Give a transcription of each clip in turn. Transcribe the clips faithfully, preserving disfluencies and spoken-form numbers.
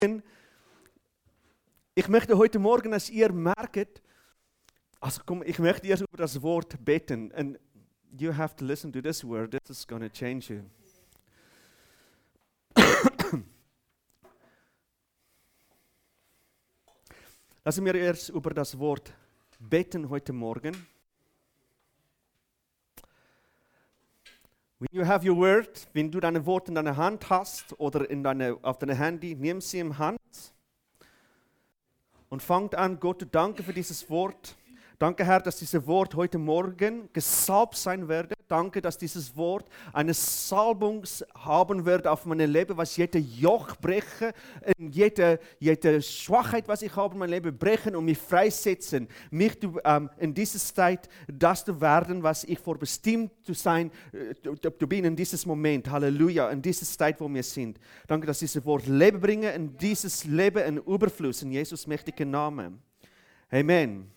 Ich möchte heute Morgen, dass ihr merkt, also komm, ich möchte erst über das Wort beten. And you have to listen to this word. This is going to change you. Lassen wir erst über das Wort beten heute Morgen. When you have your word, wenn du deine Worte in deiner Hand hast oder in deine, auf deinem Handy, nimm sie in Hand und fangt an, Gott, danke für dieses Wort. Danke, Herr, dass dieses Wort heute Morgen gesalbt sein werde. Danke, dass dieses Wort eine Salbung haben wird auf mein Leben, was jede Joch brechen, jede, jede Schwachheit, was ich habe in meinem Leben, brechen und mich freisetzen. Mich ähm, in dieser Zeit, das zu werden, was ich vorbestimmt zu sein, äh, zu bin in dieses Moment. Halleluja, in dieser Zeit, wo wir sind. Danke, dass dieses Wort Leben bringen, in dieses Leben in Überfluss, in Jesus mächtigen Namen. Amen.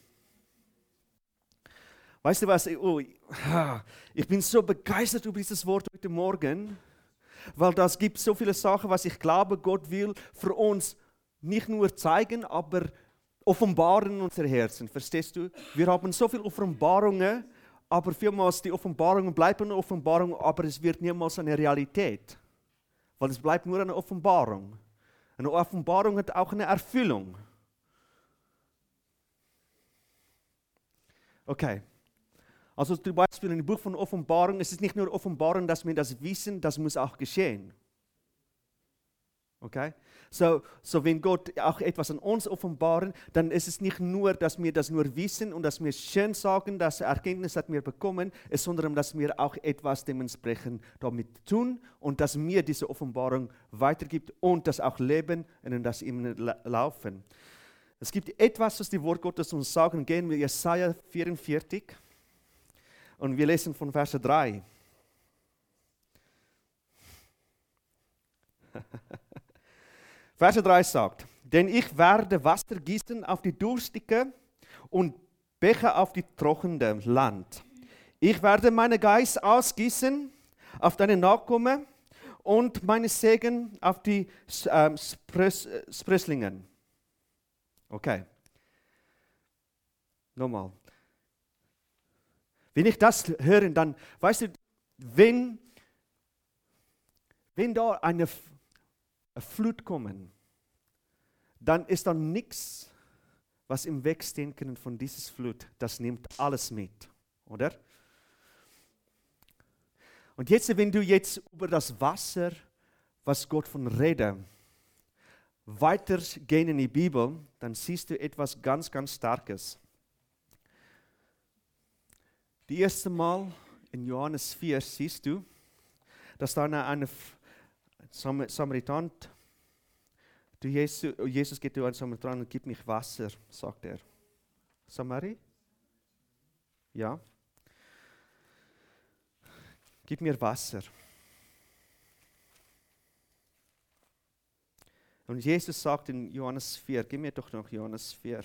Weißt du was, oh, ich bin so begeistert über dieses Wort heute Morgen, weil das gibt so viele Sachen, was ich glaube, Gott will für uns nicht nur zeigen, aber offenbaren in unser Herzen. Verstehst du? Wir haben so viele Offenbarungen, aber vielmals die Offenbarungen bleiben eine Offenbarung, aber es wird niemals eine Realität, weil es bleibt nur eine Offenbarung. Eine Offenbarung hat auch eine Erfüllung. Okay. Also zum Beispiel in dem Buch von Offenbarung, es ist nicht nur Offenbarung, dass wir das wissen, das muss auch geschehen. Okay? So, so wenn Gott auch etwas an uns offenbaren, dann ist es nicht nur, dass wir das nur wissen und dass wir schön sagen, dass Erkenntnis hat wir bekommen, sondern dass wir auch etwas dementsprechend damit tun und dass mir diese Offenbarung weitergibt und das auch leben und das immer laufen. Es gibt etwas, was die Wort Gottes uns sagen, gehen wir Jesaja vierundvierzig. Und wir lesen von Vers drei. Vers drei sagt, denn ich werde Wasser gießen auf die Durstige und Becher auf die trockene Land. Ich werde meine Geist ausgießen auf deine Nachkommen und meine Segen auf die ähm, Sprös, äh, Sprösslingen. Okay. Nochmal. Wenn ich das höre, dann, weißt du, wenn, wenn da eine, eine Flut kommt, dann ist da nichts, was im Weg stehen kann von dieser Flut. Das nimmt alles mit, oder? Und jetzt, wenn du jetzt über das Wasser, was Gott von redet, weitergehen in die Bibel, dann siehst du etwas ganz, ganz Starkes. Die erste Mal in Johannes vier siehst du, dass da eine, eine Samaritan, du Jesus, Jesus geht zu einem Samaritan und gibt mich Wasser, sagt er. Samari? Ja. Gib mir Wasser. Und Jesus sagt in Johannes vier, gib mir doch noch Johannes vier.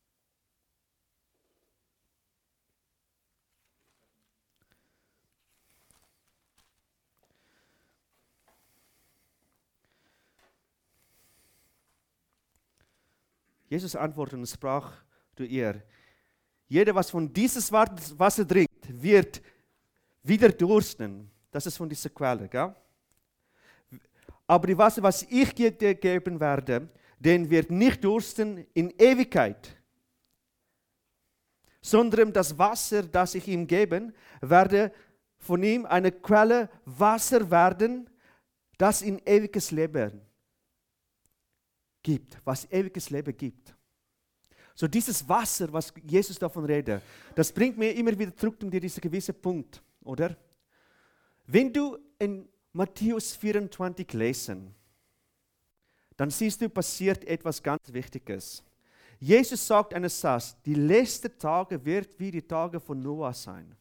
Jesus antwortete und sprach zu ihr, jeder, was von dieses Wasser trinkt, wird wieder dursten. Das ist von dieser Quelle, gell? Aber die Wasser, was ich dir geben werde, den wird nicht dursten in Ewigkeit, sondern das Wasser, das ich ihm geben werde, von ihm eine Quelle Wasser werden, das in ewiges Leben gibt, was ewiges Leben gibt. So dieses Wasser, was Jesus davon redet, das bringt mir immer wieder zurück um diesen gewissen Punkt, oder? Wenn du in Matthäus vierundzwanzig lesen, dann siehst du, passiert etwas ganz Wichtiges. Jesus sagt einen Satz, die letzten Tage wird wie die Tage von Noah sein.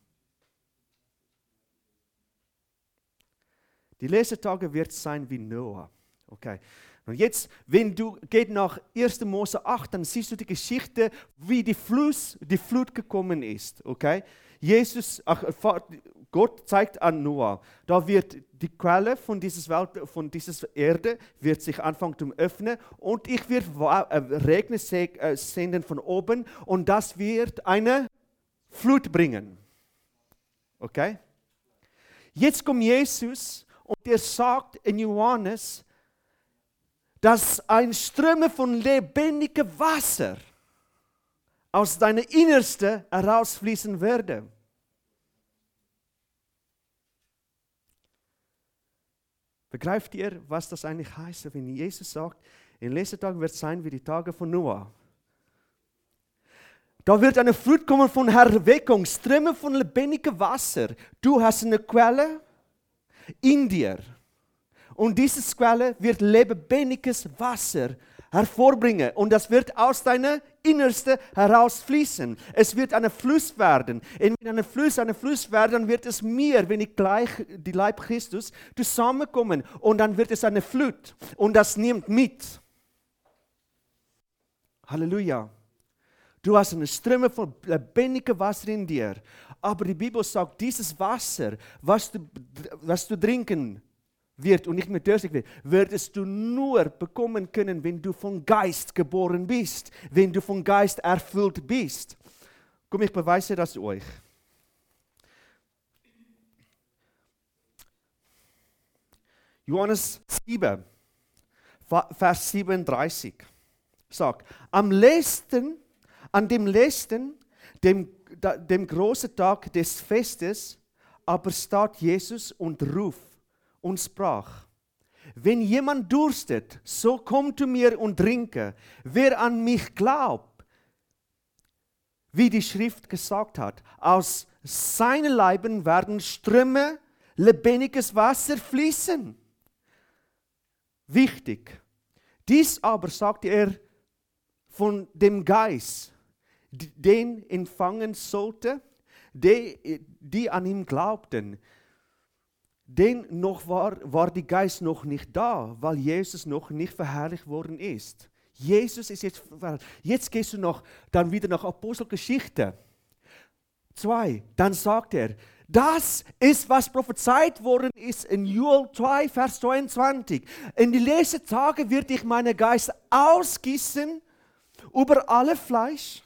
Die letzten Tage wird sein wie Noah. Okay. Und jetzt, wenn du geht nach erster Mose acht, dann siehst du die Geschichte, wie die Flut, die Flut gekommen ist. Okay? Jesus, ach, Gott zeigt an Noah, da wird die Quelle von dieser Welt, von dieser Erde, wird sich anfangen zu öffnen und ich werde Regen senden von oben und das wird eine Flut bringen. Okay? Jetzt kommt Jesus und er sagt in Johannes, dass ein Ströme von lebendigem Wasser aus deinem Innersten herausfließen werde. Begreift ihr, was das eigentlich heißt, wenn Jesus sagt, in letzter Tag wird es sein wie die Tage von Noah. Da wird eine Flut kommen von Erweckung, Ströme von lebendigem Wasser. Du hast eine Quelle in dir. Und diese Quelle wird lebendiges Wasser hervorbringen. Und das wird aus deinem Innersten herausfließen. Es wird ein Fluss werden. Und wenn ein Fluss ein Fluss wird, dann wird es mir, wenn ich gleich die Leib Christus, zusammenkommen. Und dann wird es eine Flut. Und das nimmt mit. Halleluja. Du hast eine Ströme von lebendigem Wasser in dir. Aber die Bibel sagt, dieses Wasser, was du, was du trinken wird und nicht mehr durstig wird, würdest du nur bekommen können, wenn du vom Geist geboren bist, wenn du vom Geist erfüllt bist. Komm, ich beweise das euch. Johannes sieben, Vers siebenunddreißig sagt, am letzten, an dem letzten, dem, dem großen Tag des Festes, aber stand Jesus und ruft und sprach, wenn jemand durstet, so komm zu mir und trinke. Wer an mich glaubt, wie die Schrift gesagt hat, aus seinen Leiben werden Ströme lebendiges Wasser fließen. Wichtig. Dies aber sagt er von dem Geist, den empfangen sollte, die, die an ihn glaubten. Denn noch war, war der Geist noch nicht da, weil Jesus noch nicht verherrlicht worden ist. Jesus ist jetzt verherrlicht. Jetzt gehst du noch, dann wieder nach Apostelgeschichte zwei. Dann sagt er, das ist, was prophezeit worden ist in Joel zwei, Vers zweiundzwanzig. In die letzten Tage wird ich meinen Geist ausgießen über alle Fleisch.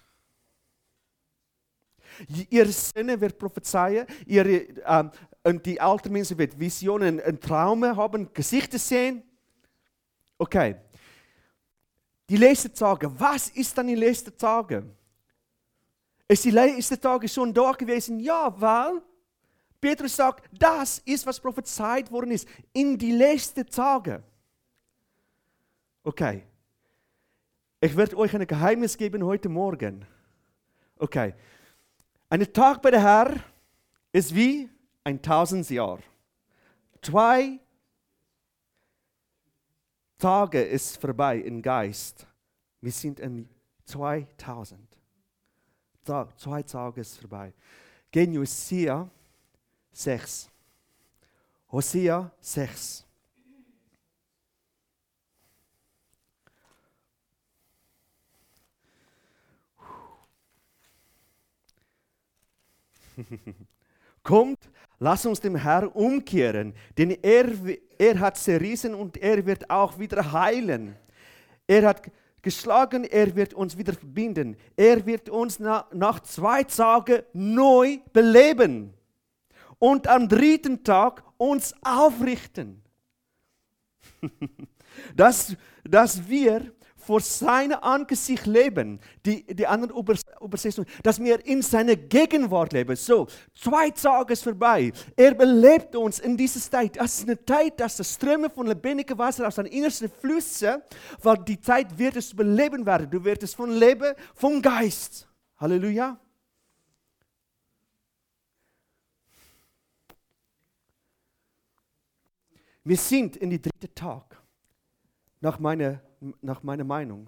Ihre Söhne wird prophezeien, ihre, ähm, und die alten Menschen werden Visionen und Träume haben, Gesichter sehen. Okay. Die letzten Tage. Was ist dann die letzten Tage? Ist die letzten Tage schon da gewesen? Ja, weil Petrus sagt, das ist, was prophezeit worden ist. In die letzten Tage. Okay. Ich werde euch ein Geheimnis geben heute Morgen. Okay. Ein Tag bei der Herr ist wie ein tausend Jahr. Zwei Tage ist vorbei im Geist. Wir sind in zweitausend. Tag, zwei Tage ist vorbei. Gehen Hosea sechs. Hosea sechs. Kommt, lass uns dem Herrn umkehren, denn er, er hat zerrissen und er wird auch wieder heilen. Er hat geschlagen, er wird uns wieder verbinden. Er wird uns na, nach zwei Tagen neu beleben und am dritten Tag uns aufrichten. dass, dass wir vor seinem Angesicht leben, die, die anderen Übersetzungen, dass wir in seiner Gegenwart leben. So, zwei Tage ist vorbei. Er belebt uns in dieser Zeit. Das ist eine Zeit, dass das Ströme von lebendigem Wasser aus deinen innersten Flüssen, weil die Zeit wird es beleben werden. Du wirst es von Leben, vom Geist. Halleluja. Wir sind in die dritte Tag, nach meiner nach meiner Meinung.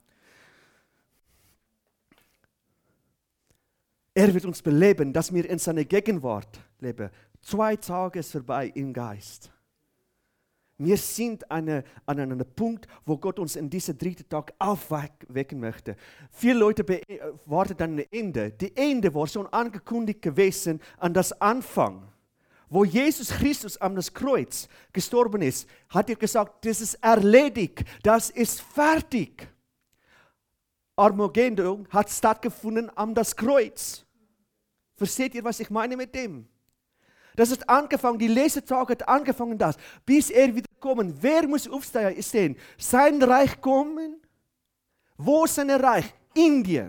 Er wird uns beleben, dass wir in seiner Gegenwart leben. Zwei Tage ist vorbei im Geist. Wir sind eine, an einem Punkt, wo Gott uns in diesem dritten Tag aufwecken möchte. Viele Leute warten dann ein Ende. Die Ende war schon angekündigt gewesen an das Anfang. wo Jesus Christus am das Kreuz gestorben ist, hat er gesagt, das ist erledigt, das ist fertig. Armageddon hat stattgefunden am das Kreuz. Versteht ihr, was ich meine mit dem? Das hat angefangen, die Lesetage hat angefangen das, bis er wieder kommt. Wer muss aufstehen? Sein Reich kommen? Wo ist sein Reich? In dir.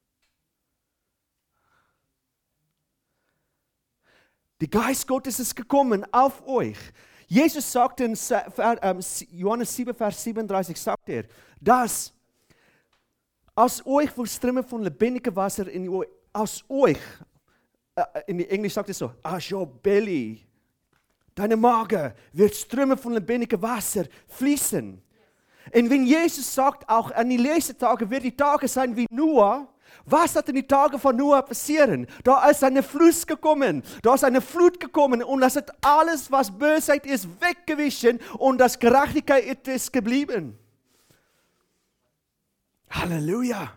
Der Geist Gottes ist gekommen auf euch. Jesus sagte in Johannes sieben, Vers siebenunddreißig, sagt er, dass aus euch wohl Ströme von lebendigem Wasser in euch, aus euch, in Englisch sagt es so, aus your belly, deine Magen wird Ströme von lebendigem Wasser fließen. Und wenn Jesus sagt, auch an die Lesetage wird die Tage sein wie Noah, was hat in die Tage von Noah passieren? Da ist eine Fluss gekommen, da ist eine Flut gekommen und das hat alles, was Bösheit ist, weggewischt und das Gerechtigkeit ist geblieben. Halleluja!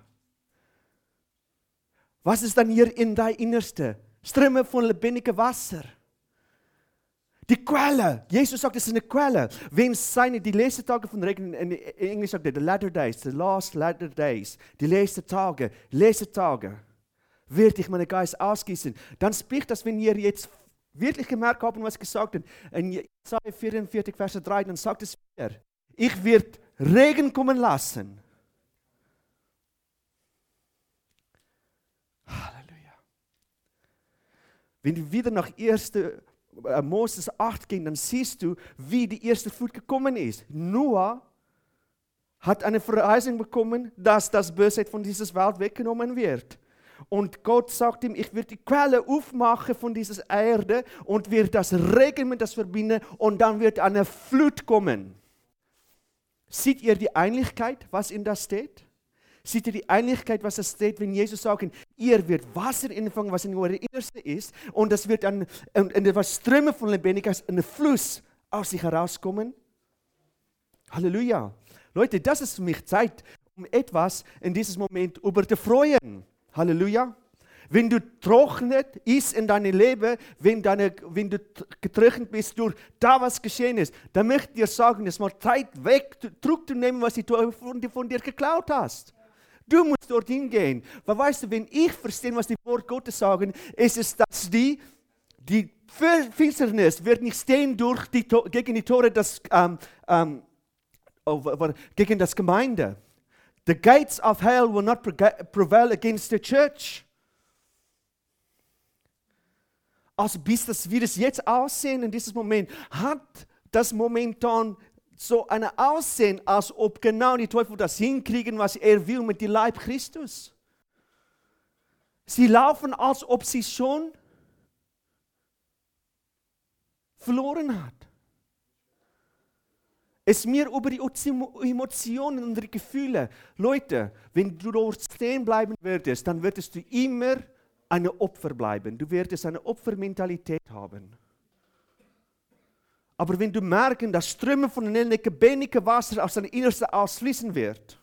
Was ist dann hier in dein Innerste? Ströme von lebendigem Wasser. Die Quelle. Jesus sagt, es ist eine Quelle. Wenn seine, die letzten Tage von Regen, in Englisch sagt er, the latter days, the last latter days, die letzten Tage, letzten Tage, werde ich meinen Geist ausgießen. Dann spricht das, wenn ihr jetzt wirklich gemerkt habt, was gesagt hat, in Jesaja vierundvierzig, Vers drei, dann sagt es wieder, ich werde Regen kommen lassen. Halleluja. Wenn du wieder nach erste Moses acht gehen, dann siehst du, wie die erste Flut gekommen ist. Noah hat eine Verheißung bekommen, dass das Bösheit von dieser Welt weggenommen wird. Und Gott sagt ihm, ich werde die Quelle aufmachen von dieser Erde und werde das Regen mit das verbinden und dann wird eine Flut kommen. Seht ihr die Ähnlichkeit, was in das steht? Seht ihr die Ähnlichkeit, was es steht, wenn Jesus sagt, ihr wird Wasser empfangen, was in eurem Innersten ist, und das wird dann etwas Ströme von Lebendigkeit, ein Fluss aus sich herauskommen? Halleluja. Leute, das ist für mich Zeit, um etwas in diesem Moment über zu freuen. Halleluja. Wenn du trocknet ist in deinem Leben, wenn, deine, wenn du getrocknet bist durch da, was geschehen ist, dann möchte ich dir sagen, es ist mal Zeit weg, zurückzunehmen, was du von, von dir geklaut hast. Du musst dorthin gehen. Weil weißt du, wenn ich verstehe, was die Wort Gottes sagen, ist es, dass die, die Finsternis wird nicht stehen durch die, gegen die Tore des, ähm, ähm, gegen das Gemeinde. The gates of hell will not prevail against the church. Also bis das, wie das jetzt aussehen in diesem Moment, hat das momentan so ein Aussehen, als ob genau die Teufel das hinkriegen, was er will mit dem Leib Christus. Sie laufen, als ob sie schon verloren hat. Es mir über die Emotionen und die Gefühle. Leute, wenn du dort stehen bleiben würdest, dann würdest du immer ein Opfer bleiben. Du wirst eine Opfermentalität haben. Aber wenn du merkst, dass Ströme von lebendigem Wasser aus deinem Innersten ausfließen wird,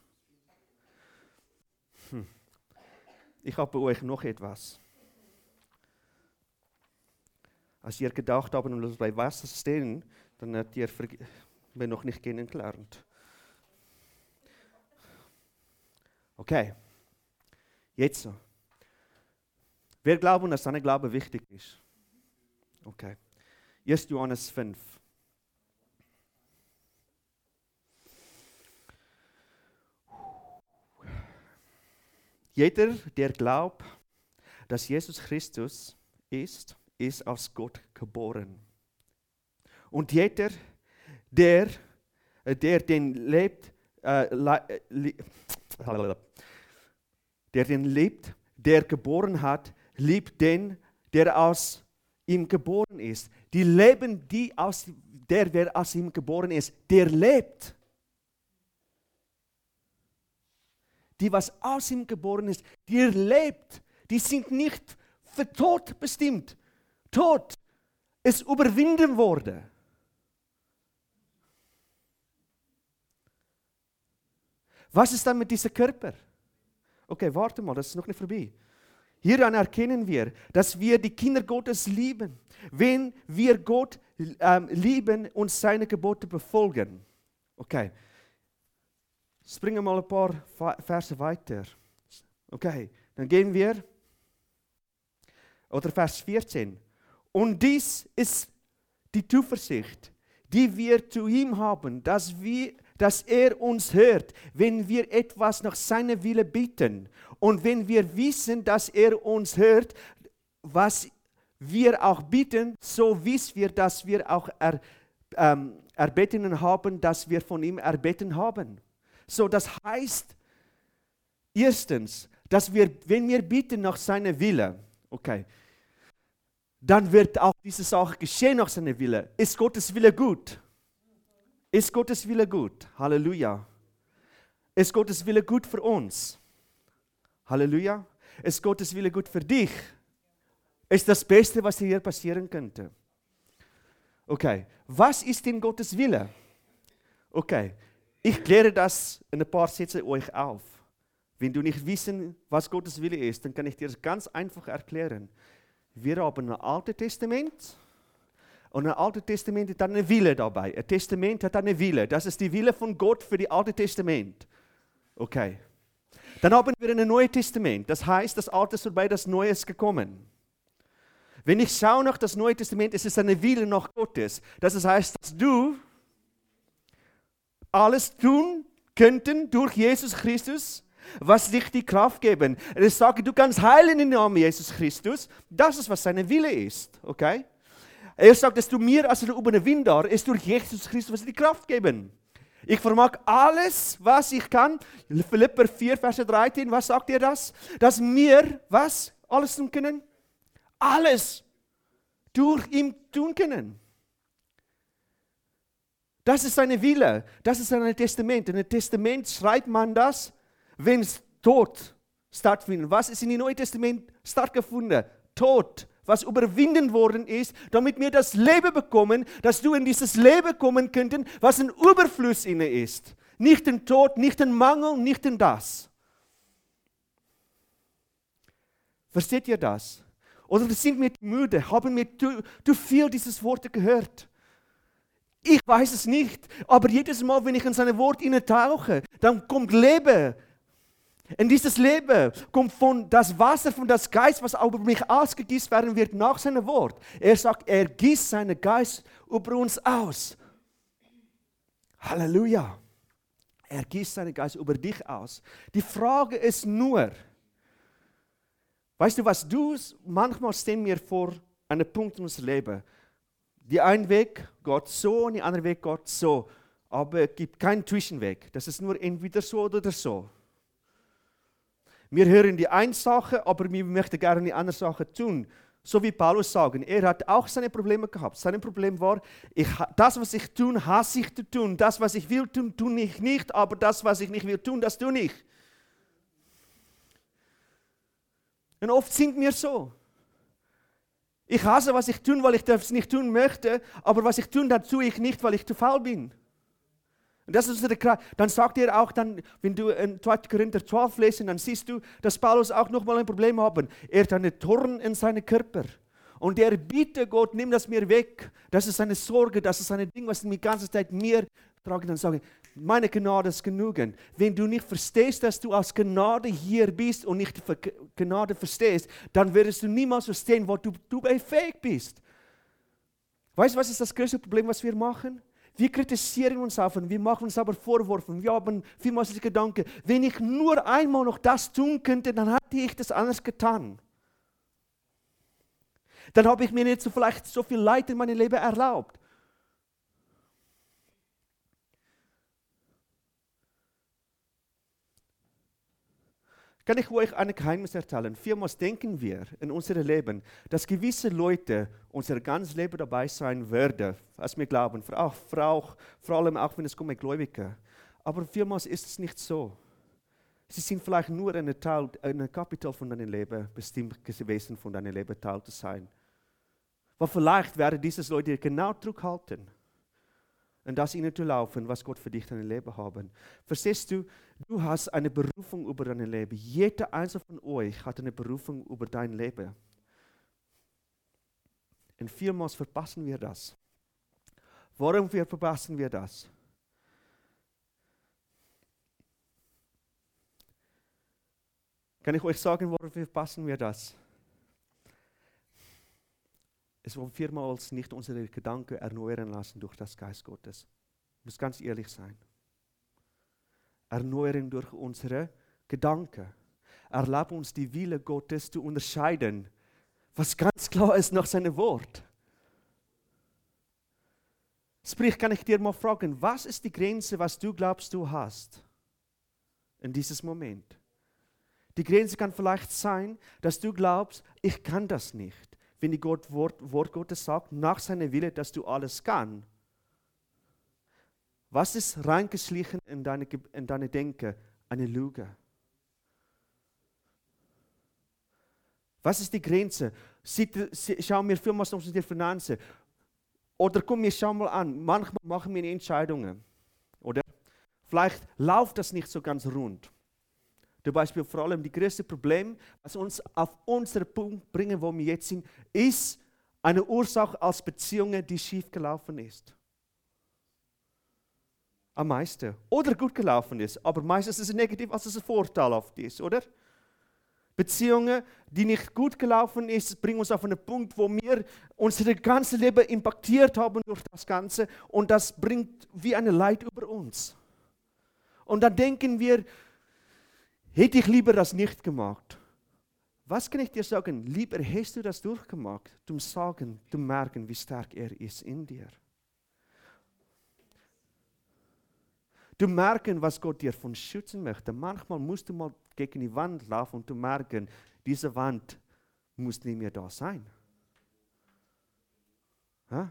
hm. Ich habe bei euch noch etwas. Als ihr gedacht habt, und bei Wasser stehen, dann habt ihr mir noch nicht kennengelernt. Okay, jetzt so. Wir glauben, dass dein Glaube wichtig ist. Okay. erster Johannes fünf. Jeder, der glaubt, dass Jesus Christus ist, ist aus Gott geboren. Und jeder, der, der den lebt, äh, der den lebt, der geboren hat, liebt den, der aus ihm geboren ist. Die leben, die aus, der, der aus ihm geboren ist, der lebt. Die, was aus ihm geboren ist, die lebt. Die sind nicht für Tod bestimmt. Tod ist überwinden worden. Was ist dann mit diesem Körper? Okay, warte mal, das ist noch nicht vorbei. Hieran erkennen wir, dass wir die Kinder Gottes lieben, wenn wir Gott ähm, lieben und seine Gebote befolgen. Okay, springen wir mal ein paar Verse weiter. Okay, dann gehen wir, oder Vers vierzehn. Und dies ist die Zuversicht, die wir zu ihm haben, dass, wir, dass er uns hört, wenn wir etwas nach seiner Wille bitten. Und wenn wir wissen, dass er uns hört, was wir auch bitten, so wissen wir, dass wir auch er, ähm, erbeten haben, dass wir von ihm erbeten haben. So, das heißt, erstens, dass wir, wenn wir bitten nach seiner Wille, okay, dann wird auch diese Sache geschehen nach seiner Wille. Ist Gottes Wille gut? Ist Gottes Wille gut? Halleluja. Ist Gottes Wille gut für uns? Halleluja. Ist Gottes Wille gut für dich? Ist das Beste, was dir hier passieren könnte. Okay, was ist denn Gottes Wille? Okay, ich kläre das in ein paar Sätze euch auf. Wenn du nicht wissen, was Gottes Wille ist, dann kann ich dir das ganz einfach erklären. Wir haben ein Altes Testament und ein Altes Testament hat eine Wille dabei. Ein Testament hat eine Wille. Das ist die Wille von Gott für das Alte Testament. Okay. Dann haben wir ein Neues Testament. Das heißt, das Alte ist vorbei, das Neue ist gekommen. Wenn ich schaue nach das Neue Testament, ist es eine Wille nach Gottes. Das heißt, dass du alles tun könnten durch Jesus Christus, was dich die Kraft geben. Er sagt, du kannst heilen im Namen Jesus Christus. Das ist, was seine Wille ist. Okay? Er sagt, dass du mir als ein Überwinder ist durch Jesus Christus, was die Kraft geben. Ich vermag alles, was ich kann. Philipper vier, Vers dreizehn, was sagt ihr das? Dass wir, was? Alles tun können? Alles durch ihn tun können. Das ist seine Wille. Das ist ein Testament. In einem Testament schreibt man das, wenn es Tod stattfindet. Was ist in dem Neuen Testament stattgefunden? Tod, was überwinden worden ist, damit wir das Leben bekommen, dass du in dieses Leben kommen könnten, was ein Überfluss inne ist. Nicht den Tod, nicht den Mangel, nicht den das. Versteht ihr das? Oder sind wir müde? Haben wir zu, zu viel dieses Wort gehört? Ich weiß es nicht, aber jedes Mal, wenn ich in seine Wort tauche, dann kommt Leben. In dieses Leben kommt von das Wasser, von das Geist, was über mich ausgegießt werden wird nach seinem Wort. Er sagt, er gießt seinen Geist über uns aus. Halleluja. Er gießt seinen Geist über dich aus. Die Frage ist nur, weißt du was, du, manchmal stehen wir vor einem Punkt in unserem Leben. Die einen Weg Gott so und die andere Weg Gott so. Aber es gibt keinen Zwischenweg. Das ist nur entweder so oder so. Wir hören die eine Sache, aber wir möchten gerne die andere Sache tun. So wie Paulus sagen, er hat auch seine Probleme gehabt. Sein Problem war, ich, das, was ich tun, hasse ich zu tun. Das, was ich will tun, tue ich nicht. Aber das, was ich nicht will tun, das tue ich. Und oft sind wir so. Ich hasse, was ich tun, weil ich das nicht tun möchte. Aber was ich tun, das tue ich nicht, weil ich zu faul bin. Und das ist der, dann sagt er auch, dann, wenn du in zweiter Korinther zwölf lesen, dann siehst du, dass Paulus auch nochmal ein Problem hat. Er hat einen Dorn in seinem Körper. Und er bittet Gott, nimm das mir weg. Das ist eine Sorge, das ist ein Ding, was die ganze Zeit mir trage. Dann sage ich, meine Gnade ist genügend. Wenn du nicht verstehst, dass du als Gnade hier bist und nicht die Gnade verstehst, dann wirst du niemals verstehen, wo du, du fähig bist. Weißt du, was ist das größte Problem, was wir machen? Wir kritisieren uns auf und wir machen uns aber Vorwürfe. Wir haben vielmals die Gedanken, wenn ich nur einmal noch das tun könnte, dann hätte ich das anders getan. Dann habe ich mir nicht so vielleicht so viel Leid in meinem Leben erlaubt. Kann ich euch ein Geheimnis erzählen? Vielmals denken wir in unserem Leben, dass gewisse Leute unser ganzes Leben dabei sein werden, was wir glauben, auch, auch, vor allem auch wenn es kommt mit Gläubigen. Aber vielmals ist es nicht so. Sie sind vielleicht nur ein Teil, ein Kapital von deinem Leben bestimmt gewesen, von deinem Leben Teil zu sein. Weil vielleicht werden diese Leute genau zurückhalten. und das hineinzulaufen, was Gott für dich in deinem Leben haben. Verstehst du? Du hast eine Berufung über dein Leben. Jeder einzelne von euch hat eine Berufung über dein Leben. Und vielmals verpassen wir das. Warum wir verpassen wir das? Kann ich euch sagen, warum verpassen wir das? Es wollen vielmals nicht unsere Gedanken erneuern lassen durch das Geist Gottes. Ich muss ganz ehrlich sein. Erneuern durch unsere Gedanken. Erlauben uns die Wille Gottes zu unterscheiden, was ganz klar ist nach seinem Wort. Sprich, kann ich dir mal fragen, was ist die Grenze, was du glaubst, du hast in diesem Moment? Die Grenze kann vielleicht sein, dass du glaubst, ich kann das nicht. Wenn die Gott, Wort, Wort Gottes sagt, nach seiner Wille, dass du alles kannst. Was ist reingeschlichen in deine, in deine Denke? Eine Lüge. Was ist die Grenze? Schau mir vielmals auf die Finanzen. Oder komm, wir schau mal an. Manchmal machen wir Entscheidungen. Oder vielleicht läuft das nicht so ganz rund. Zum Beispiel vor allem die größte Problem, was uns auf unseren Punkt bringen, wo wir jetzt sind, ist eine Ursache als Beziehungen, die schief gelaufen ist. Am meisten. Oder gut gelaufen ist, aber meistens ist es negativ, als es vorteilhaft ist, oder? Beziehungen, die nicht gut gelaufen ist, bringen uns auf einen Punkt, wo wir unser ganzes Leben impactiert haben durch das Ganze und das bringt wie eine Leid über uns. Und dann denken wir, hätte ich lieber das nicht gemacht. Was kann ich dir sagen? Lieber hast du das durchgemacht, zum Sagen, zum Merken, wie stark er ist in dir. Du merken, was Gott dir von schützen möchte. Manchmal musst du mal gegen die Wand laufen und du merken, diese Wand muss nicht mehr da sein. Ha?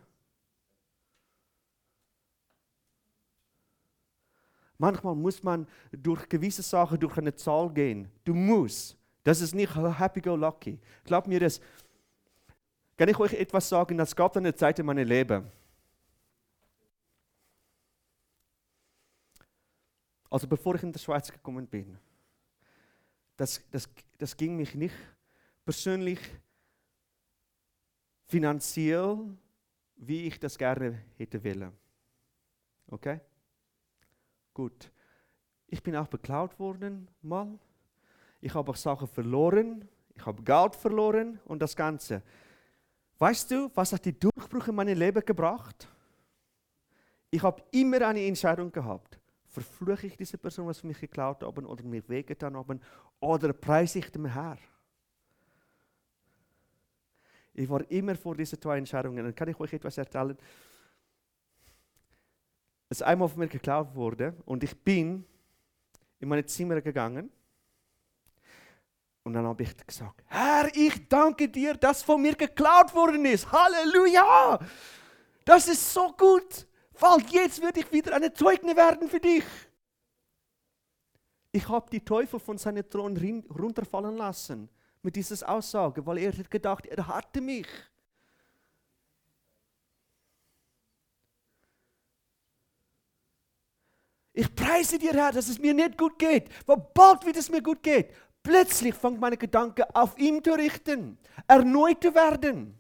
Manchmal muss man durch gewisse Sachen, durch eine Zahl gehen. Du musst. Das ist nicht happy-go-lucky. Glaub mir das. Kann ich euch etwas sagen? Es gab eine Zeit in meinem Leben. Also bevor ich in die Schweiz gekommen bin. Das, das, das ging mich nicht persönlich finanziell, wie ich das gerne hätte wollen. Okay? Gut. Ich bin auch beklaut worden, mal. Ich habe auch Sachen verloren. Ich habe Geld verloren und das Ganze. Weißt du, was hat die Durchbruch in meinem Leben gebracht? Ich habe immer eine Entscheidung gehabt. Verfluche ich diese Person, was für mich geklaut haben oder mir wehgetan haben, oder preise ich dem Herr? Ich war immer vor diesen zwei Entscheidungen. Dann kann ich euch etwas erzählen. Es einmal von mir geklaut wurde und ich bin in meine Zimmer gegangen und dann habe ich gesagt, Herr, ich danke dir, dass von mir geklaut worden ist. Halleluja! Das ist so gut, weil jetzt werde ich wieder eine Zeugne werden für dich. Ich habe die Teufel von seinem Thron runterfallen lassen mit dieser Aussage, weil er hat gedacht, er hatte mich. Ich preise dir, Herr, dass es mir nicht gut geht. Aber bald wird es mir gut geht. Plötzlich fangen meine Gedanken auf ihn zu richten, erneut zu werden.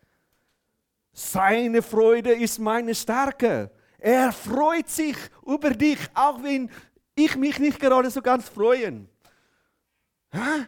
Seine Freude ist meine Stärke. Er freut sich über dich, auch wenn ich mich nicht gerade so ganz freue. Hä?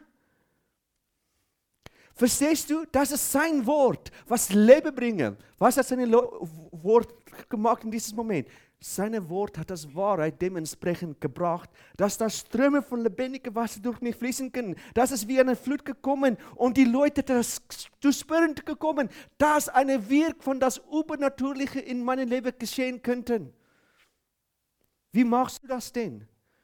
Verstehst du? Das ist sein Wort, was Leben bringt. Was hat sein Wort gemacht in diesem Moment? Sein Wort hat das Wahrheit dementsprechend gebracht, dass das Ströme von lebendigem Wasser durch mich fließen können. Das ist wie eine Flut gekommen und die Leute das zu spüren gekommen, dass eine Wirkung von das Übernatürliche in meinem Leben geschehen könnte. Wie machst du das denn?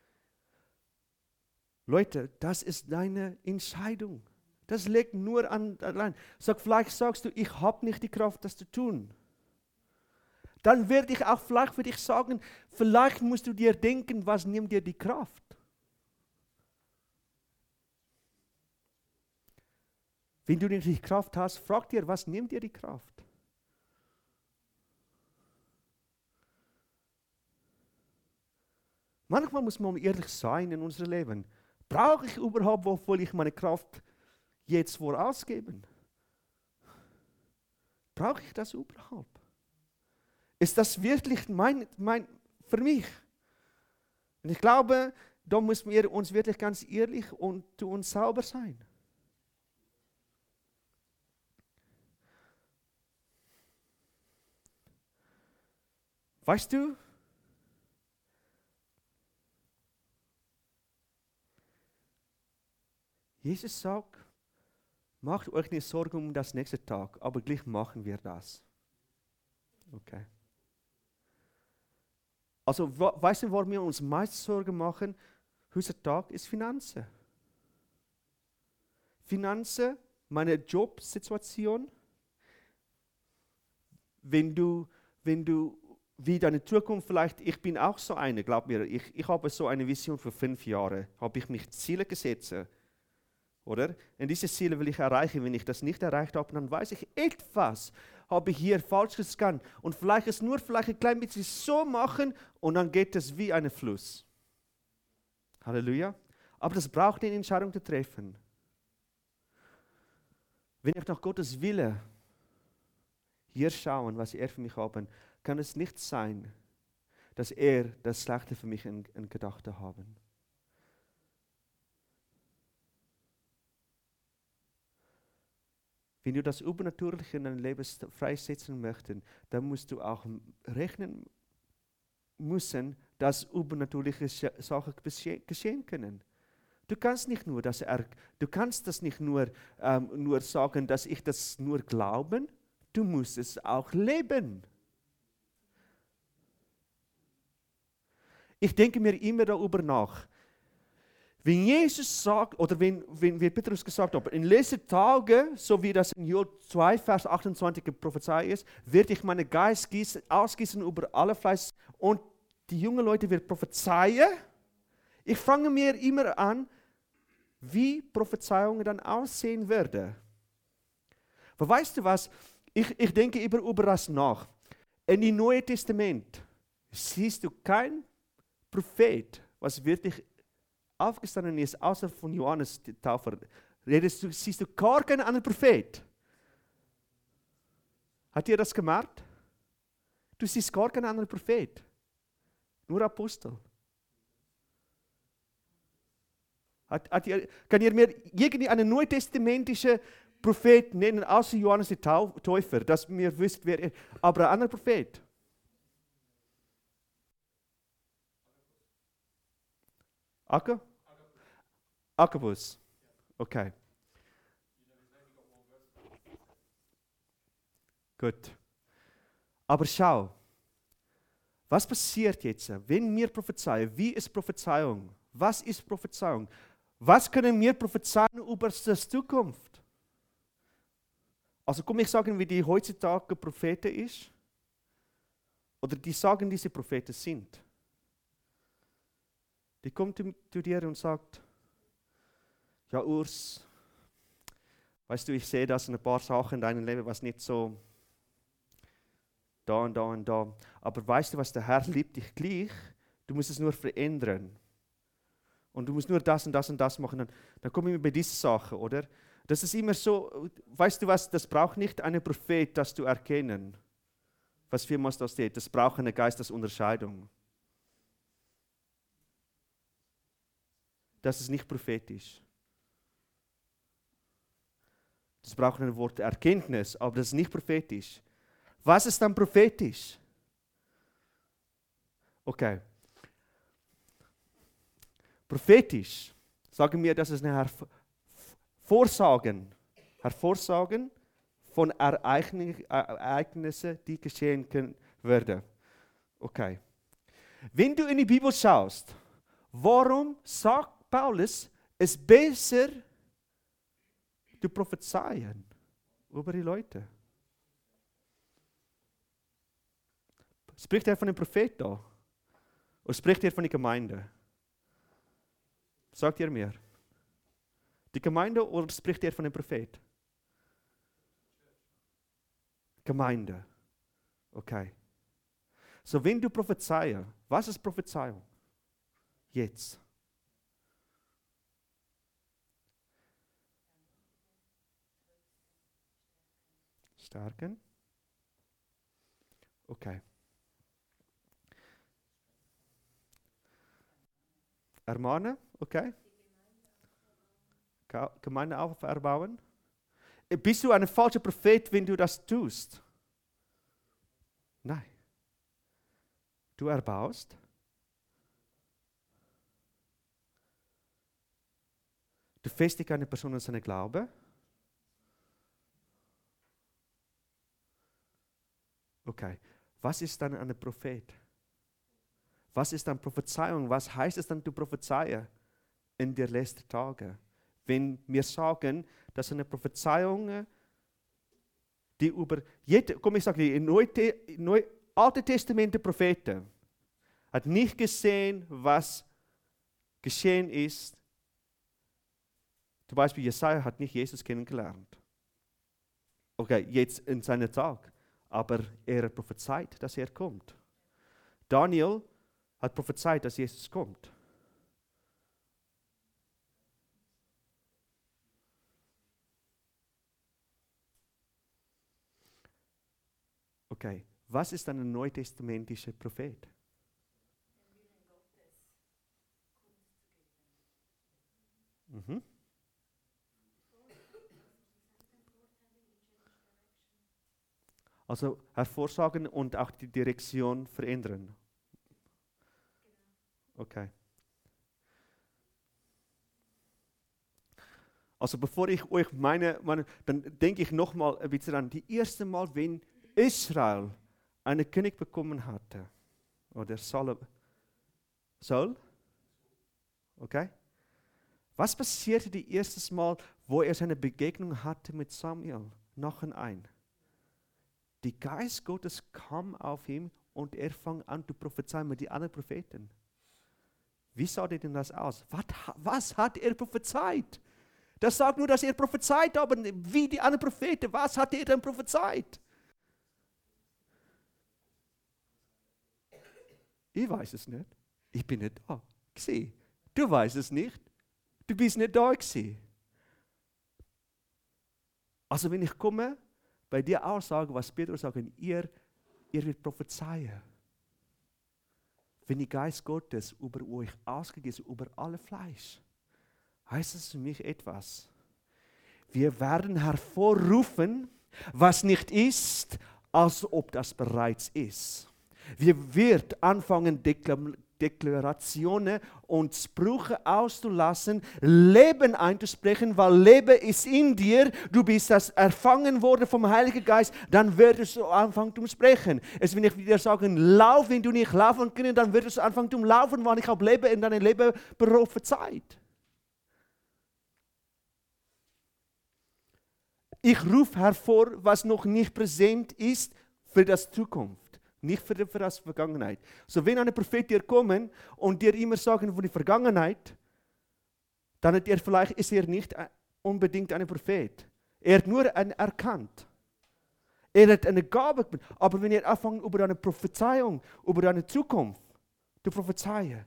Leute, das ist deine Entscheidung. Das liegt nur an allein. Sag, vielleicht sagst du, ich habe nicht die Kraft, das zu tun. Dann werde ich auch vielleicht für dich sagen, vielleicht musst du dir denken, was nimmt dir die Kraft? Wenn du nicht die Kraft hast, frag dir, was nimmt dir die Kraft? Manchmal muss man ehrlich sein in unserem Leben. Brauche ich überhaupt, wofür ich meine Kraft jetzt vor ausgeben? Brauche ich das überhaupt? Ist das wirklich mein, mein, für mich? Und ich glaube, da müssen wir uns wirklich ganz ehrlich und zu uns sauber sein. Weißt du, Jesus sagt, macht euch nicht Sorgen um das nächste Tag, aber gleich machen wir das. Okay. Also, weißt du, warum wir uns meist Sorgen machen? Heutzutage ist Finanzen. Finanzen, meine Jobsituation. Wenn du, wenn du, wie deine Zukunft vielleicht, ich bin auch so eine, glaub mir, ich, ich habe so eine Vision für fünf Jahre, habe ich mich Ziele gesetzt. Oder? Und diese Ziele will ich erreichen. Wenn ich das nicht erreicht habe, dann weiß ich, etwas habe ich hier falsch gegangen. Und vielleicht ist nur vielleicht ein klein bisschen so machen und dann geht es wie ein Fluss. Halleluja. Aber das braucht eine Entscheidung zu treffen. Wenn ich nach Gottes Wille hier schaue, was er für mich hat, kann es nicht sein, dass er das Schlechte für mich in, in Gedachten haben. Wenn du das Übernatürliche in deinem Leben freisetzen möchtest, dann musst du auch rechnen müssen, dass übernatürliche Sachen geschehen können. Du kannst nicht nur das, er, du kannst das nicht nur, ähm, nur sagen, dass ich das nur glauben, du musst es auch leben. Ich denke mir immer darüber nach. Wenn Jesus sagt, oder wenn, wenn wie Petrus gesagt hat, in letzten Tagen, so wie das in Joel zwei, Vers achtundzwanzig prophezeit ist, werde ich meinen Geist gießen, ausgießen über alle Fleisch und die jungen Leute werden prophezeien. Ich fange mir immer an, wie Prophezeiungen dann aussehen werden. Aber weißt du was? Ich, ich denke über, über das nach. In dem Neuen Testament siehst du kein Prophet, was wirklich aufgestanden ist, außer von Johannes der Täufer. Redest du, siehst du gar keinen anderen Prophet. Hat ihr das gemerkt? Du siehst gar keinen anderen Prophet. Nur Apostel. Hat, hat ihr, kann ihr mir irgendeinen neutestamentischen Prophet nennen, außer Johannes der Täufer, dass mir wisst, wer er ist. Aber ein anderer Prophet. Akka? Agabus. Okay. Gut. Aber schau, was passiert jetzt, wenn wir prophezeien? Wie ist Prophezeiung? Was ist Prophezeiung? Was können wir prophezeien über die Zukunft? Also komm ich sagen, wie die heutzutage Propheten ist? Oder die sagen, diese Propheten sind? Die kommt zu dir und sagt, ja Urs, weißt du, ich sehe das in ein paar Sachen in deinem Leben, was nicht so da und da und da. Aber weißt du was, der Herr liebt dich gleich, du musst es nur verändern. Und du musst nur das und das und das machen. Dann, dann kommen wir bei diesen Sachen, oder? Das ist immer so, weißt du was, das braucht nicht einen Prophet, das zu erkennen, was vielmals da steht. Das braucht eine Geistesunterscheidung. Das ist nicht prophetisch. Das braucht ein Wort Erkenntnis, aber das ist nicht prophetisch. Was ist dann prophetisch? Okay. Prophetisch, sagen wir, das ist eine Herv- Vorsagen, Hervorsagen von Ereignissen, die geschehen können, werden. Okay. Wenn du in die Bibel schaust, warum sagt Paulus, es ist besser, zu prophezeien über die Leute? Spricht er von dem Prophet da? Oder spricht er von der Gemeinde? Sagt ihr mir? Die Gemeinde oder spricht er von dem Prophet? Gemeinde. Okay. So, wenn du prophezeien, was ist Prophezeiung? Jetzt. Stärken. Okay. Ermahnen, okay. Gemeinde auferbauen. Bist du ein falscher Prophet, wenn du das tust? Nein. Du erbaust. Du festigst eine Person in seinem Glaube. Okay. Was ist dann ein Prophet? Was ist dann Prophezeiung? Was heißt es dann, du prophezeie in der letzten Tage? Wenn wir sagen, dass eine Prophezeiung, die über jede, komm ich sage dir, im Neue, Neu, Alte Testament der Propheten hat nicht gesehen, was geschehen ist. Zum Beispiel Jesaja hat nicht Jesus kennengelernt. Okay, jetzt in seinem Tag. Aber er hat prophezeit, dass er kommt. Daniel hat prophezeit, dass Jesus kommt. Okay, was ist ein neutestamentischer Prophet? Mhm. Also hervorsagen und auch die Direktion verändern. Okay. Also bevor ich euch meine, meine dann denke ich nochmal ein bisschen an die erste Mal, wenn Israel einen König bekommen hatte. Oder Saul. Saul? Okay. Was passierte das erste Mal, wo er seine Begegnung hatte mit Samuel? Nach und ein. Die Geist Gottes kam auf ihn und er fing an zu prophezeien mit den anderen Propheten. Wie sah denn das aus? Was, was hat er prophezeit? Das sagt nur, dass er prophezeit, aber wie die anderen Propheten, was hat er denn prophezeit? Ich weiß es nicht. Ich bin nicht da gewesen. Du weißt es nicht. Du bist nicht da gewesen. Also wenn ich komme, bei dir auch sage, was Petrus sagt, ihr, ihr wird prophezeien. Wenn die Geist Gottes über euch ausgegossen, über alle Fleisch, heißt es für mich etwas. Wir werden hervorrufen, was nicht ist, als ob das bereits ist. Wir werden anfangen, Deklarationen und Sprüche auszulassen, Leben einzusprechen, weil Leben ist in dir. Du bist das erfangen worden vom Heiligen Geist, dann wirst du anfangen zu sprechen. Es wenn ich wieder sagen, lauf, wenn du nicht laufen kannst, dann wirst du anfangen zu laufen, weil ich habe Leben in deinem Leben prophezeit. Ich rufe hervor, was noch nicht präsent ist für das Zukunft. Nicht für die, für die Vergangenheit. So, wenn ein Prophet dir kommen und dir immer sagen von der Vergangenheit, dann hat er vielleicht, ist er nicht unbedingt ein Prophet. Er hat nur ein erkannt. Er hat eine Gabe, aber wenn er anfängt über eine Prophezeiung, über eine Zukunft zu prophezeien.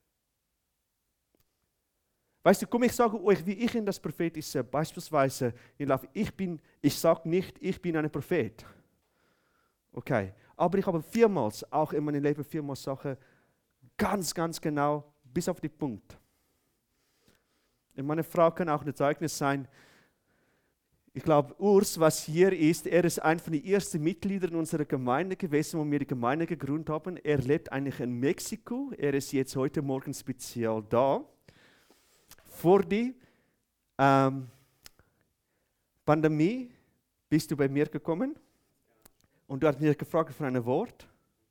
Weißt du, komm, ich sage euch, wie ich in das Prophetische, beispielsweise, ich bin, ich sage nicht, ich bin ein Prophet. Okay, aber ich habe vielmals, auch in meinem Leben vielmals Sachen, ganz, ganz genau, bis auf den Punkt. Und meine Frau kann auch ein Zeugnis sein. Ich glaube, Urs, was hier ist, er ist einer von den ersten Mitgliedern unserer Gemeinde gewesen, wo wir die Gemeinde gegründet haben. Er lebt eigentlich in Mexiko. Er ist jetzt heute Morgen speziell da. Vor der ähm, Pandemie bist du bei mir gekommen. Und du hast mich gefragt für ein Wort.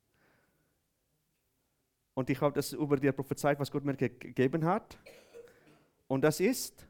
Und ich habe das über dir prophezeit, was Gott mir gegeben hat. Und das ist?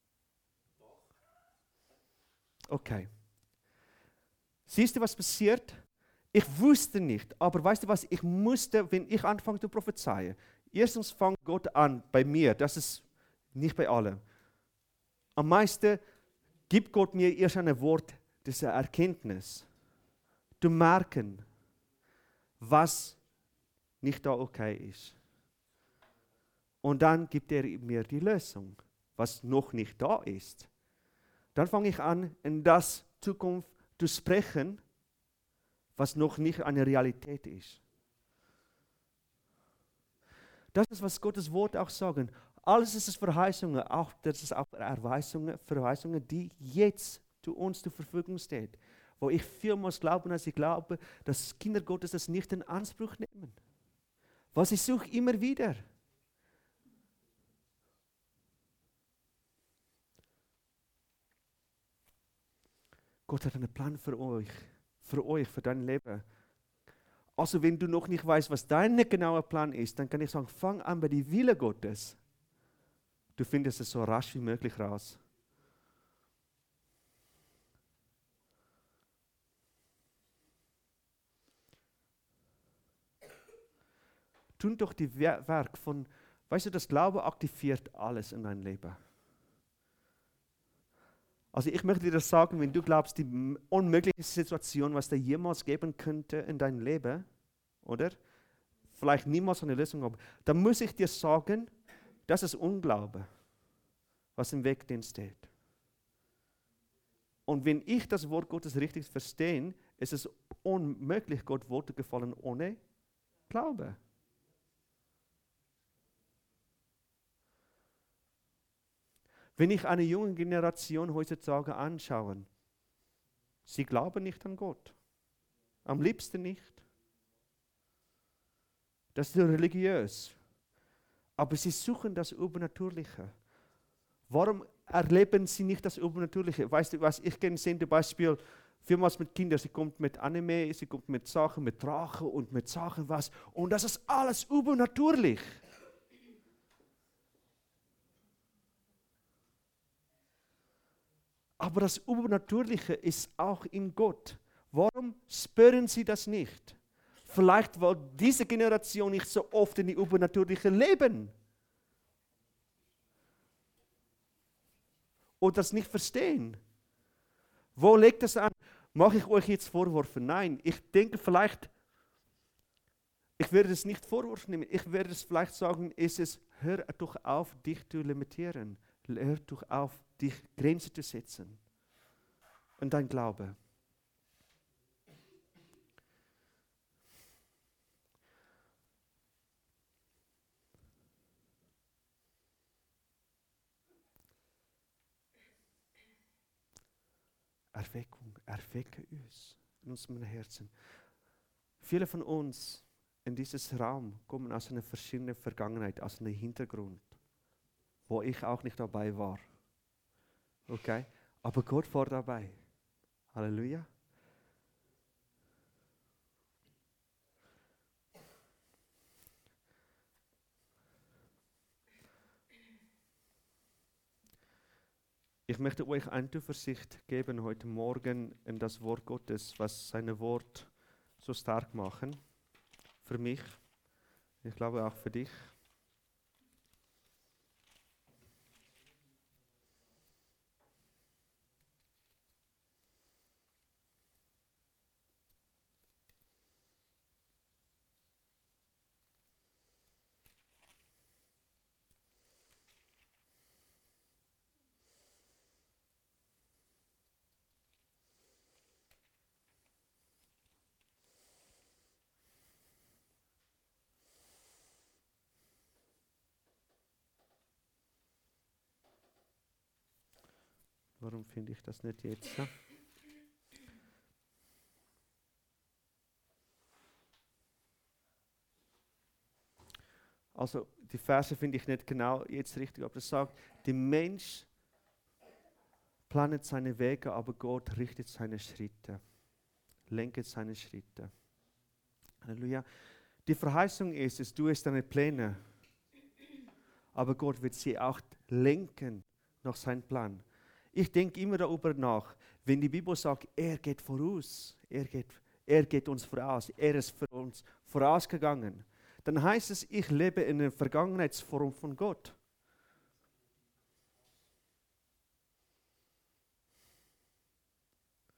Okay. Siehst du, was passiert? Ich wusste nicht, aber weißt du was? Ich musste, wenn ich anfange zu prophezeien, erstens fängt Gott an bei mir, das ist nicht bei allen. Am meisten gibt Gott mir erst ein Wort, das Erkenntnis. Zu merken, was nicht da okay ist. Und dann gibt er mir die Lösung, was noch nicht da ist. Dann fange ich an, in das Zukunft zu sprechen, was noch nicht eine Realität ist. Das ist, was Gottes Wort auch sagen. Alles ist es Verheißungen, auch, das ist auch Verheißungen, Verheißungen, die jetzt zu uns zur Verfügung stehen. Wo ich vielmals glaube, dass ich glaube, dass Kinder Gottes das nicht in Anspruch nehmen. Was ich suche immer wieder. Gott hat einen Plan für euch, für euch, für dein Leben. Also wenn du noch nicht weißt, was dein genauer Plan ist, dann kann ich sagen, fang an bei dem Wille Gottes. Du findest es so rasch wie möglich raus. Tun doch die Werk von, weißt du, das Glaube aktiviert alles in dein Leben. Also ich möchte dir das sagen, wenn du glaubst, die unmögliche Situation, was da jemals geben könnte in deinem Leben, oder? Vielleicht niemals eine Lösung haben, dann muss ich dir sagen, das ist Unglaube, was im Weg drin steht. Und wenn ich das Wort Gottes richtig verstehe, ist es unmöglich, Gott Worte gefallen ohne Glaube. Wenn ich eine junge Generation heutzutage anschaue, sie glauben nicht an Gott. Am liebsten nicht. Das ist religiös. Aber sie suchen das Übernatürliche. Warum erleben sie nicht das Übernatürliche? Weißt du was, ich kenne zum Beispiel vielmals mit Kindern, sie kommt mit Anime, sie kommt mit Sachen, mit Drachen und mit Sachen was. Und das ist alles übernatürlich. Aber das Übernatürliche ist auch in Gott. Warum spüren sie das nicht? Vielleicht, weil diese Generation nicht so oft in die Übernatürliche leben. Und das nicht verstehen. Wo liegt das an? Mache ich euch jetzt Vorwürfe? Nein, ich denke vielleicht, ich werde es nicht Vorwurf nehmen. Ich werde es vielleicht sagen, ist es, hör doch auf, dich zu limitieren. Hör doch auf, dich Grenzen zu setzen. Und dein Glaube. Erweckung, erwecke uns in unserem Herzen. Viele von uns in dieses Raum kommen aus einer verschiedenen Vergangenheit, aus einem Hintergrund, wo ich auch nicht dabei war. Okay? Aber Gott war dabei. Halleluja. Ich möchte euch eine Zuversicht geben heute Morgen in das Wort Gottes, was seine Wort so stark machen. Für mich, ich glaube auch für dich. Warum finde ich das nicht jetzt? Ja? Also die Verse finde ich nicht genau jetzt richtig, aber es sagt, der Mensch planet seine Wege, aber Gott richtet seine Schritte, lenket seine Schritte. Halleluja. Die Verheißung ist, dass du es deine Pläne, aber Gott wird sie auch lenken nach seinem Plan. Ich denke immer darüber nach, wenn die Bibel sagt, er geht voraus, er geht, er geht uns voraus, er ist für uns vorausgegangen, dann heißt es, ich lebe in der Vergangenheitsform von Gott.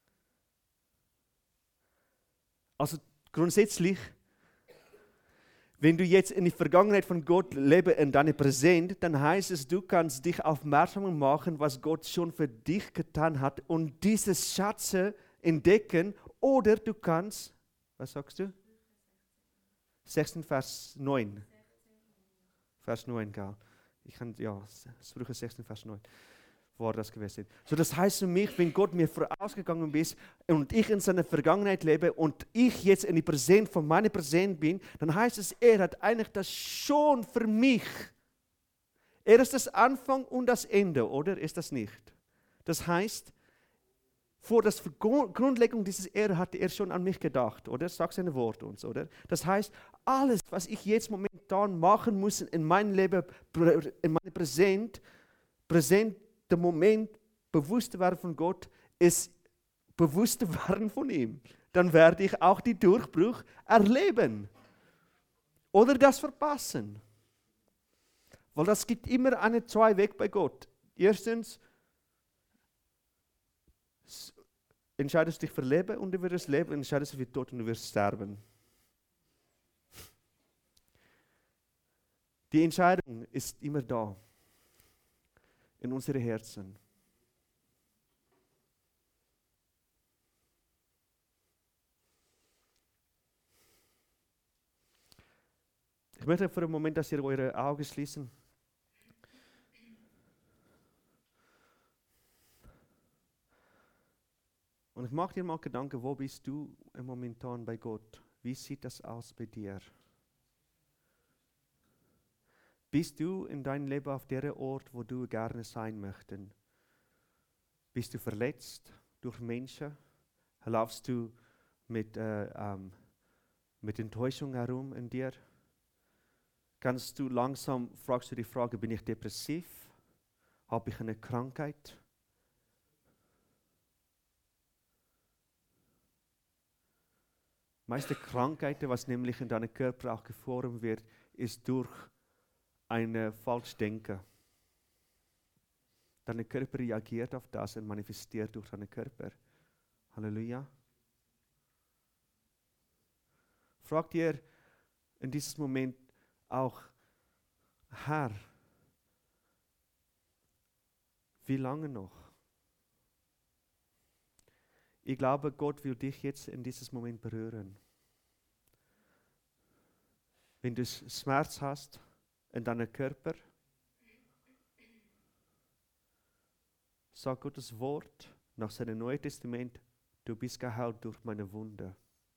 Also grundsätzlich, Wenn du jetzt in die Vergangenheit von Gott lebst, in deinem Präsent, dann heißt es, du kannst dich aufmerksam machen, was Gott schon für dich getan hat und diese Schätze entdecken. Oder du kannst, was sagst du? sechzehn, Vers neun. Vers neun, gell? Ich kann, ja, Sprüche sechzehn, Vers neun. War das gewesen. So, das heißt für mich, wenn Gott mir vorausgegangen ist und ich in seiner Vergangenheit lebe und ich jetzt in die Präsent von meiner Präsent bin, dann heißt es, er hat eigentlich das schon für mich. Er ist das Anfang und das Ende, oder? Ist das nicht? Das heißt, vor der Grundlegung dieses Erde hatte er schon an mich gedacht, oder? Sagt seine Worte uns, oder? Das heißt, alles, was ich jetzt momentan machen muss in meinem Leben, in meinem Präsent, Präsent, der Moment, bewusst werden von Gott, ist bewusst werden von ihm. Dann werde ich auch die Durchbruch erleben. Oder das verpassen. Weil das gibt immer eine zwei Weg bei Gott. Erstens, entscheidest du dich für Leben und du wirst leben, entscheidest du dich für Tod und du wirst sterben. Die Entscheidung ist immer da. In unsere Herzen. Ich möchte für einen Moment, dass ihr eure Augen schließen. Und ich mache dir mal Gedanken, wo bist du momentan bei Gott? Wie sieht das aus bei dir? Bist du in deinem Leben auf der Ort, wo du gerne sein möchtest? Bist du verletzt durch Menschen? Laufst du mit, äh, ähm, mit Enttäuschung herum in dir? Kannst du langsam, fragst du die Frage, bin ich depressiv? Habe ich eine Krankheit? Meiste Krankheiten, was nämlich in deinem Körper auch geformt wird, ist durch ein Falschdenken. Dein Körper reagiert auf das und manifestiert durch deinen Körper. Halleluja. Frag dir in diesem Moment auch, Herr, wie lange noch? Ich glaube, Gott will dich jetzt in diesem Moment berühren. Wenn du Schmerz hast in deinem Körper, sagt Gottes Wort nach seinem Neuen Testament, du bist geheilt durch meine Wunde.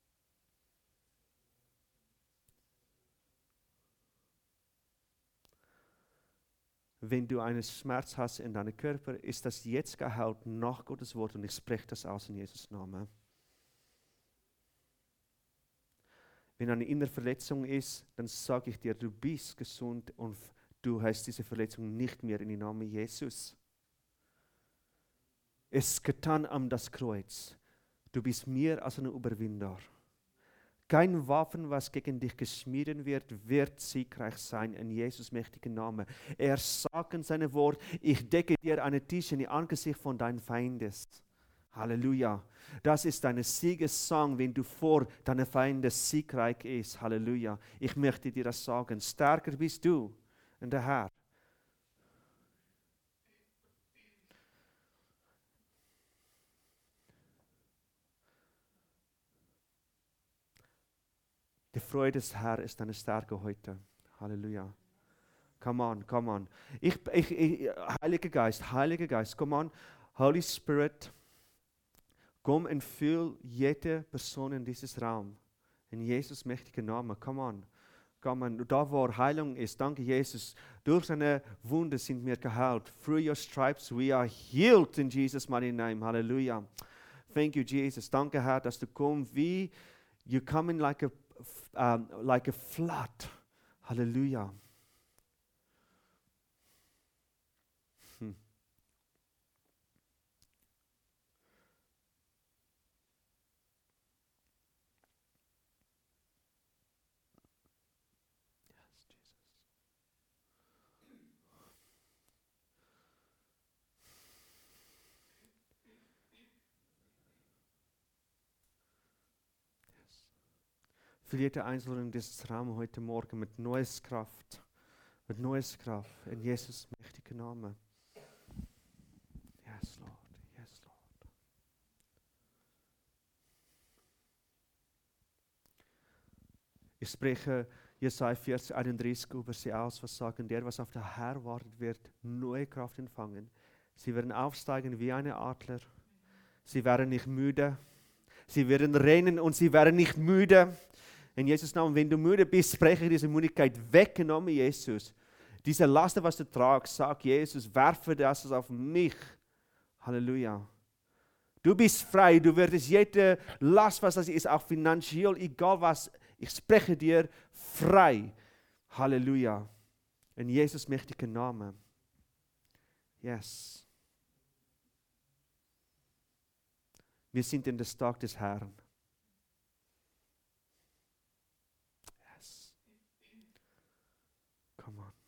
Wenn du einen Schmerz hast in deinem Körper, ist das jetzt geheilt nach Gottes Wort und ich spreche das aus in Jesus' Namen. Wenn eine innere Verletzung ist, dann sage ich dir, du bist gesund und du hast diese Verletzung nicht mehr in den Namen Jesus. Es ist getan am das Kreuz. Du bist mehr als ein Überwinder. Kein Waffen, was gegen dich geschmiedet wird, wird siegreich sein in Jesus' mächtigen Namen. Er sagt in seinem Wort, ich decke dir einen Tisch in die Angesicht von deinen Feinden. Halleluja. Das ist dein Siegessong, wenn du vor deinen Feinden siegreich bist. Halleluja. Ich möchte dir das sagen. Stärker bist du in der Herr. Die Freude des Herrn ist deine Stärke heute. Halleluja. Come on, come on. Ich, ich, ich, Heiliger Geist, Heiliger Geist, come on. Holy Spirit, komm und füll jede Person in dieses Raum. In Jesus' mächtigen Namen, come on. Come on. Da, wo Heilung ist, danke Jesus. Durch seine Wunde sind wir geheilt. Through your stripes we are healed in Jesus' mighty name. Halleluja. Thank you, Jesus. Danke, Herr, dass du kommst wie you come in like a Um, like a flood. Halleluja. Hm. Yes, Jesus. fülle jede Einzelne in dieses Raum heute Morgen mit neues Kraft. Mit neues Kraft. In Jesus' mächtigen Namen. Yes, Lord. Yes, Lord. Ich spreche Jesaja vierzig, einunddreißig über sie aus, was sagen, der, was auf der Herr wartet, wird neue Kraft empfangen. Sie werden aufsteigen wie eine Adler. Sie werden nicht müde. Sie werden rennen und sie werden nicht müde. In Jesus' Namen, wenn du müde bist, spreche ich diese Müdigkeit weggenommen, Jesus. Diese Last, was du tragst, sag Jesus, werfe das auf mich. Halleluja. Du bist frei, du wirst jede Last, was das ist, auch finanziell, egal was, ich spreche dir frei. Halleluja. In Jesus' mächtigen Namen. Yes. Wir sind in des Tag des Herrn. Yes. Come on.